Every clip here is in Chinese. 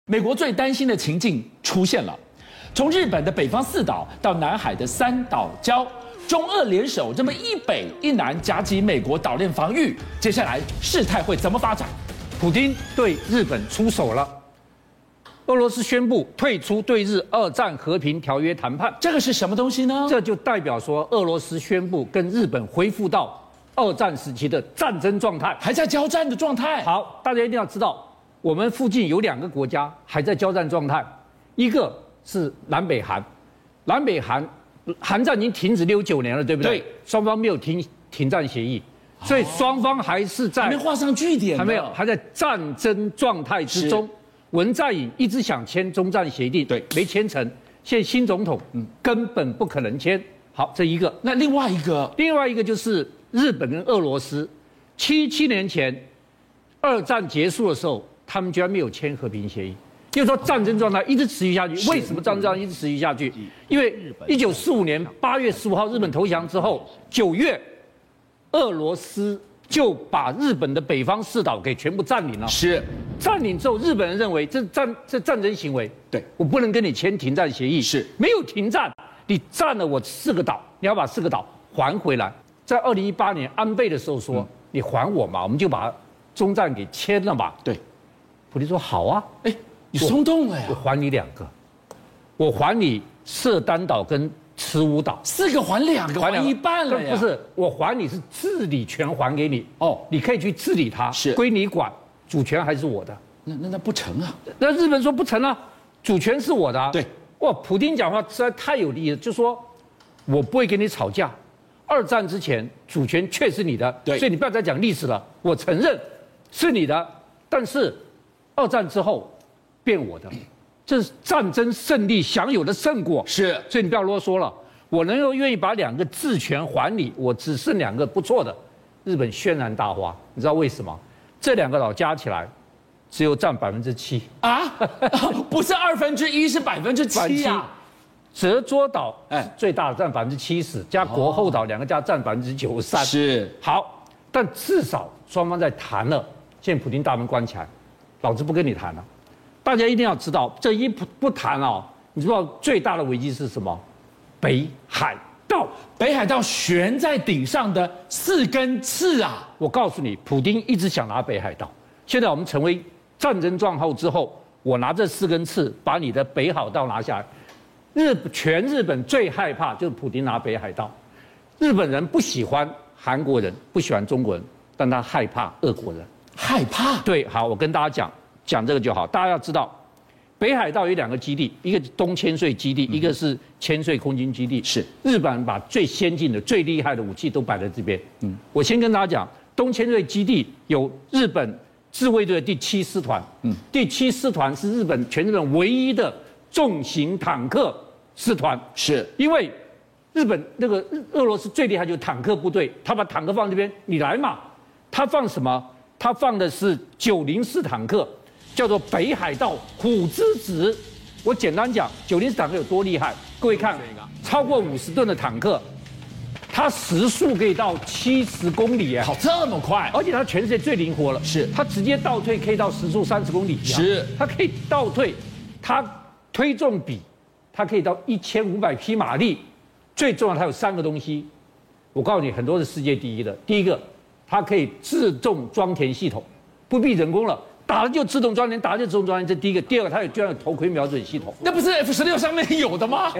美国最担心的情境出现了，从日本的北方四岛到南海的三岛礁，中俄联手这么一北一南夹击美国岛链防御，接下来事态会怎么发展？ 普丁对日本出手了，俄罗斯宣布退出对日二战和平条约谈判， 这个是什么东西呢？ 这就代表说俄罗斯宣布跟日本恢复到二战时期的战争状态， 还在交战的状态。 好，大家一定要知道，我们附近有2个国家还在交战状态，一个是南北韩，南北韩韩战已经停止69年了，对不对？ 对， 双方没有停战协议，所以双方还是在还没画上句点， 还没有，还在战争状态之中。文在寅一直想签中战协定， 对， 没签成。现在新总统根本不可能签。好，这一个。 那另外一个就是日本跟俄罗斯，77年前二战结束的时候，他们居然没有签和平协议，就是说战争状态一直持续下去。为什么战争状态一直持续下去？因为1945年8月15号日本投降之后，9月俄罗斯就把日本的北方四岛给全部占领了。 是占领之后，日本人认为这战争行为， 对， 我不能跟你签停战协议， 是没有停战，你占了我4个岛，你要把4个岛还回来。在2018年安倍的时候说，你还我嘛，我们就把中战给签了吧。 对， 普丁说好啊， 你松动了呀， 我还你2个，我还你色丹岛跟慈乌岛 ，4个还2个，还一半了呀。 不是，我还你是治理权还给你，你可以去治理它， 是归你管，主权还是我的。 那不成啊？ 那日本说不成啊，主权是我的啊。 对， 哇，普丁讲话实在太有力了，就说我不会跟你吵架。二战之前主权确是你的， 对， 所以你不要再讲历史了，我承认是你的，但是二战之后变我的，这是战争胜利享有的胜果。 是， 所以你不要啰嗦了，我能够愿意把2个治权还你，我只剩2个不错的。日本轩然大花，你知道为什么？这2个岛加起来只有占7% 啊，不是1/2，是7%啊。 折桌岛最大的占70%，加国后岛2个加占93%。 是好，但至少双方在谈了。现在普丁大门关起来，老子不跟你谈了。大家一定要知道，这一不谈啊，你知道最大的危机是什么？北海道， 北海道悬在顶上的4根刺啊！ 我告诉你，普丁一直想拿北海道。现在我们成为战争状况之后，我拿这4根刺把你的北海道拿下来。全日本最害怕就是普丁拿北海道。日本人不喜欢韩国人，不喜欢中国人，但他害怕俄国人。 害怕？ 对，好，我跟大家讲这个就好。大家要知道，北海道有2个基地，一个东千岁基地，一个是千岁空军基地。 是日本人把最先进的、最厉害的武器都摆在这边。我先跟大家讲，东千岁基地有日本自卫队的第7师团。第7师团是全日本唯一的重型坦克师团。是因为日本俄罗斯最厉害就是坦克部队，他把坦克放这边，你来嘛。他放什么？他放的是904坦克，叫做北海道虎之子。我简单讲，904坦克有多厉害，各位看，超过50吨的坦克，它时速可以到70公里， 跑这么快， 而且它全世界最灵活了。是，它直接倒退可以到时速30公里。 是， 它可以倒退，它推重比，它可以到1500匹马力。最重要，它有3个东西，我告诉你，很多是世界第一的。第一个，它可以自动装填系统，不必人工了，打了就自动装填，打了就自动装填，这第一个。第二个，它居然有头盔瞄准系统， 那不是 F16上面有的吗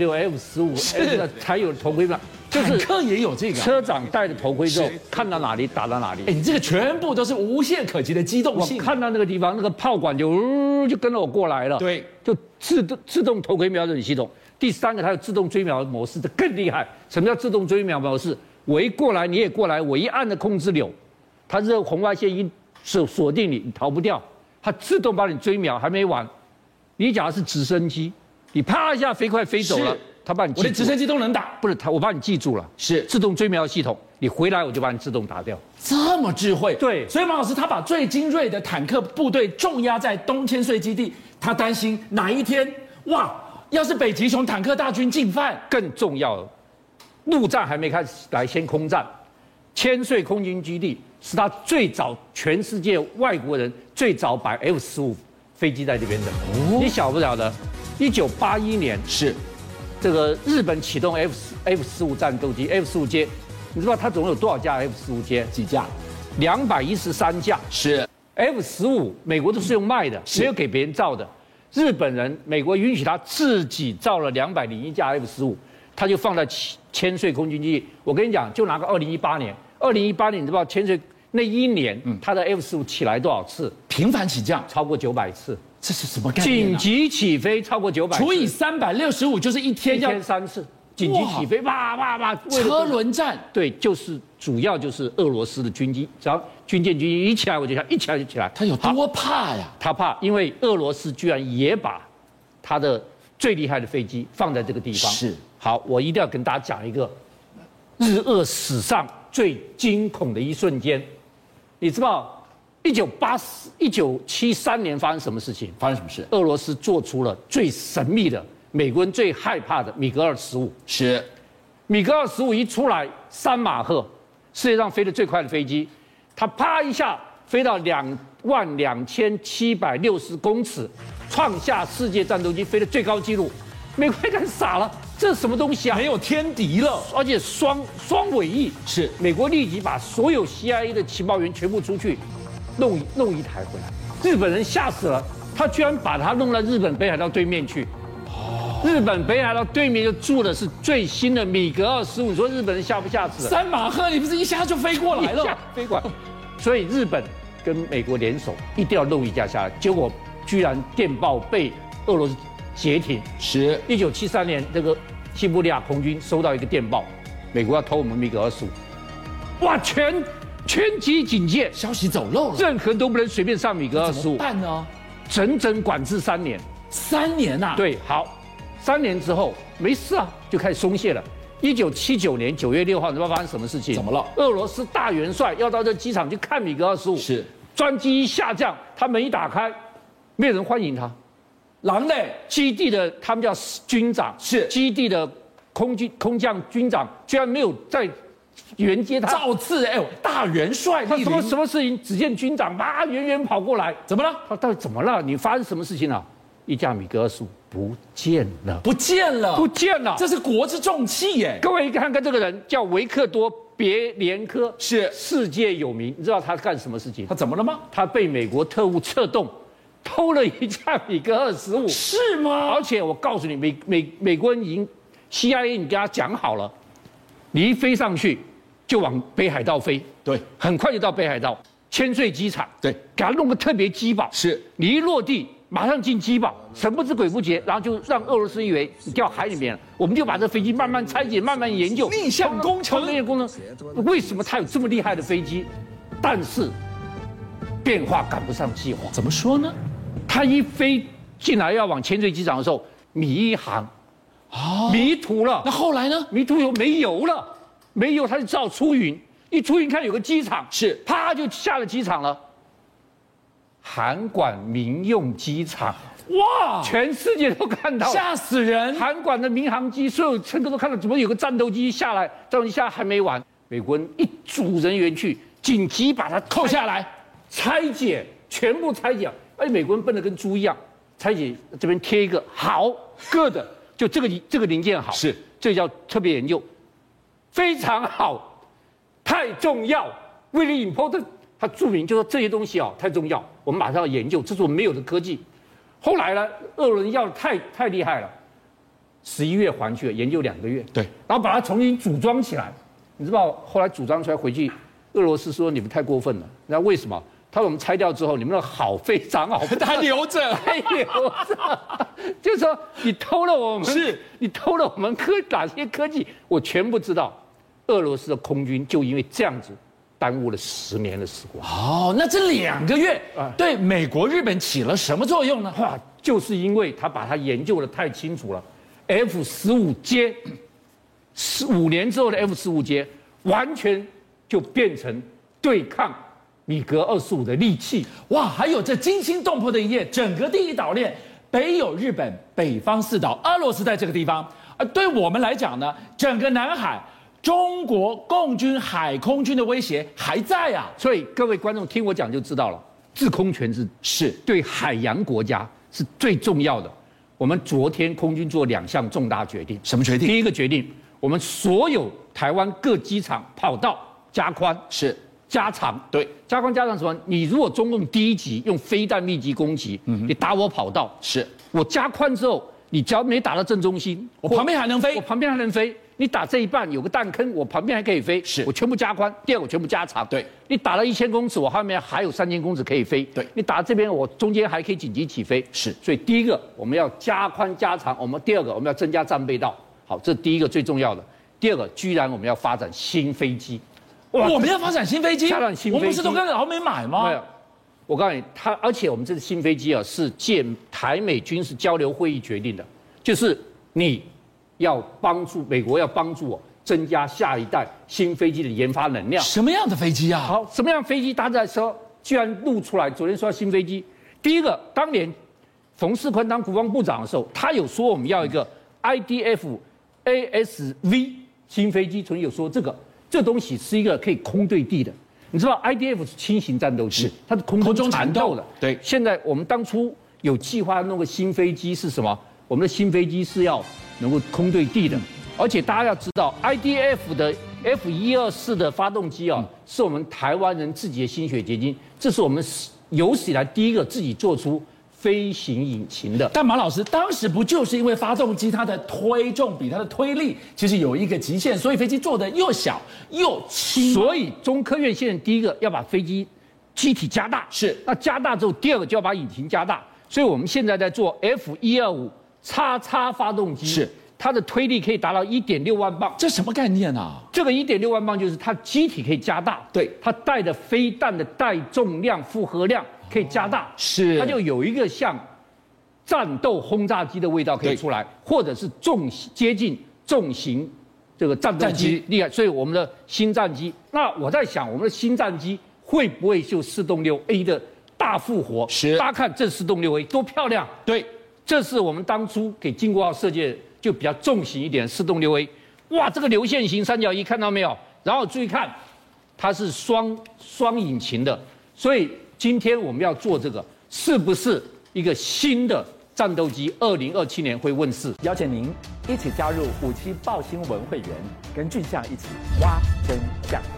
？F16、F15才有头盔嘛， 就是坦克也有这个。 车长戴着头盔之后，看到哪里打到哪里。 你这个全部都是无懈可击的机动性。 我看到那个地方，那个炮管就跟着我过来了。 对， 就自动头盔瞄准系统。第3个，它有自动追瞄模式，这更厉害。什么叫自动追瞄模式？我一过来，你也过来，我一按的控制钮，它这红外线一锁定你，你逃不掉，它自动把你追瞄。还没完，你假如是直升机，你啪一下飞快飞走了，它把你记住了， 我连直升机都能打， 不是我把你记住了，是自动追瞄系统，你回来我就把你自动打掉。 这么智慧？ 对， 所以马老师他把最精锐的坦克部队重压在东千岁基地，他担心哪一天要是北极熊坦克大军进犯， 更重要了，陆战还没开始来，先空战。千岁空军基地是他最早全世界外国人最早把F15 飞机在这边的。你晓不晓得？1981年是这个日本启动 F-15战斗机 F-15J， 你知道它总共有多少架 F-15J？ 几架 ？213架。 是 F-15，美国都是用卖的，没有给别人造的。日本人，美国允许他自己造了201架 F-15，他就放在千岁空军基地。我跟你讲，就拿个2018年你知道千岁那一年，他的 F-15起来多少次？ 频繁起降超过900次。 这是什么概念？ 紧急起飞超过900次， 除以365，就是一天要 3次。紧急起飞，哇！ 车轮战， 对，就是主要就是俄罗斯的军机，只要军舰军机一起来我就下，一起来就起来。 他有多怕呀？ 他怕，因为俄罗斯居然也把他的最厉害的飞机放在这个地方。 是， 好，我一定要跟大家讲一个日俄史上最惊恐的一瞬间。你知道1973年发生什么事情？ 发生什么事？ 俄罗斯做出了最神秘的。美国人最害怕的米格25 是， 米格25一出来3马赫，世界上飞得最快的飞机，它啪一下飞到22760公尺，创下世界战斗机飞的最高纪录。美国人看傻了，这是什么东西啊？ 没有天敌了， 而且双尾翼。 是， 美国立即把所有 CIA 的情报员全部出去，弄一台回来。日本人吓死了，他居然把它弄到日本北海道对面去。日本北海道对面就住的是最新的米格25，你说日本人吓不吓死 ？3马赫，你不是一下就飞过来了？ 飞过来，所以日本跟美国联手，一定要弄一架下来。结果居然电报被俄罗斯截停。 是 1973年，这个西伯利亚空军收到一个电报，美国要偷我们米格25，哇，全机警戒， 消息走漏了， 任何人都不能随便上米格25。 怎么办呢？ 整整管制3年。 3年呐？ 对，好。3年之后没事啊，就开始松懈了。1979年9月6号，你知道发生什么事情？ 怎么了？ 俄罗斯大元帅要到这机场去看米格25， 是专机一下降，他门一打开，没有人欢迎他。 狼嘞， 基地的他们叫军长， 是基地的空降军长，居然没有在迎接他， 造次大元帅， 他什么事情？只见军长远跑过来， 怎么了？ 他到底怎么了？你发生什么事情了？一架米格25不见了，这是国之重器耶！各位看看这个人叫维克多·别连科， 是世界有名。你知道他干什么事情？ 他怎么了吗？ 他被美国特务策动，偷了一架米格25， 是吗？ 而且我告诉你，美国人已经 CIA 你跟他讲好了，你一飞上去就往北海道飞， 对， 很快就到北海道千岁机场， 对， 给他弄个特别机堡， 是你一落地。马上进机堡，神不知鬼不觉，然后就让俄罗斯以为你掉海里面了，我们就把这飞机慢慢拆解、慢慢研究， 逆向工程。 为什么他有这么厉害的飞机？但是变化赶不上计划。 怎么说呢？ 他一飞进来要往千岁机场的时候，迷一航，迷途了。 那后来呢？ 迷途没油了，没油他就只好出云。一出云看有个机场， 是啪就下了机场了。函馆民用机场，哇！全世界都看到， 吓死人！ 函馆的民航机，所有乘客都看到，怎么有个战斗机下来？战斗机下来还没完，美国人一组人员去，紧急把它扣下来， 拆解，全部拆解。美国人笨得跟猪一样，拆解这边贴一个好 good， 就这个零件好， 是这叫特别研究，非常好，太重要 ，really important。他注明就说这些东西太重要，我们马上要研究，这是我们没有的科技。后来呢，俄罗斯要的太厉害了，11月还去了，研究2个月， 对， 然后把它重新组装起来。你知道后来组装出来回去，俄罗斯说你们太过分了，那为什么？他说我们拆掉之后，你们的好非常好， 还留着， 就是说你偷了我们， 是你偷了我们哪些科技，我全部知道。俄罗斯的空军就因为这样子。耽误了10年的时光。 那这2个月对美国、日本起了什么作用呢？ 就是因为他把它研究得太清楚了。F-15J 5年之后的 F-15J 完全就变成对抗米格25的利器。 哇，还有这惊心动魄的一页，整个第一岛链北有日本，北方4岛，俄罗斯在这个地方。对我们来讲呢，整个南海。中国共军海空军的威胁还在啊， 所以各位观众听我讲就知道了。 制空权是对海洋国家是最重要的。我们昨天空军做2项重大决定， 什么决定？ 第一个决定，我们所有台湾各机场跑道加宽， 是加长， 对， 加宽加长什么？你如果中共第一级用飞弹密集攻击，你打我跑道， 是我加宽之后，你只要没打到正中心， 我旁边还能飞， 我旁边还能飞。你打这一半有个弹坑，我旁边还可以飞， 是我全部加宽。第二个我全部加长， 对， 你打了1000公尺，我后面还有3000公尺可以飞， 对， 你打这边我中间还可以紧急起飞， 是。 所以第一个我们要加宽加长，第二个我们要增加战备道，好，这第一个最重要的。第二个，居然我们要发展新飞机， 哇，我们要发展新飞机， 发展新飞机， 我们不是都跟老美买吗？ 没有，我告诉你，而且我们这个新飞机啊，是借台美军事交流会议决定的，就是你要帮助美国，要帮助我增加下一代新飞机的研发能量。 什么样的飞机啊？ 好，什么样的飞机？大家在说，居然露出来。昨天说新飞机，第一个，当年冯世宽当国防部长的时候，他有说我们要一个 IDF ASV 新飞机，曾经有说这东西是一个可以空对地的。你知道 IDF 是轻型战斗机，它是空中缠斗的。 对， 现在我们当初有计划弄个新飞机是什么？我们的新飞机是要能够空对地的，而且大家要知道 ，IDF 的 F124的发动机啊，是我们台湾人自己的心血结晶，这是我们有史以来第一个自己做出飞行引擎的。 但马老师当时不就是因为发动机它的推重比它的推力其实有一个极限，所以飞机做的又小又轻， 所以中科院现在第一个要把飞机机体加大， 是那加大之后，第二个就要把引擎加大，所以我们现在在做 F125XX 发动机， 是它的推力可以达到1.6万磅， 这什么概念啊？ 这个1.6万磅就是它机体可以加大， 对， 它带的飞弹的带重量、负荷量可以加大， 是它就有一个像战斗轰炸机的味道可以出来，或者是接近重型这个战斗机厉害。所以我们的新战机，那我在想，我们的新战机会不会就4.6A 的大复活？ 是， 大家看这4.6A 多漂亮， 对。 这是我们当初给经国号设计的，就比较重型一点4.6A，哇，这个流线型3角翼看到没有？然后注意看，它是双引擎的，所以今天我们要做这个，是不是一个新的战斗机？2027年会问世。 邀请您一起加入57爆新闻会员，跟俊相一起挖真相。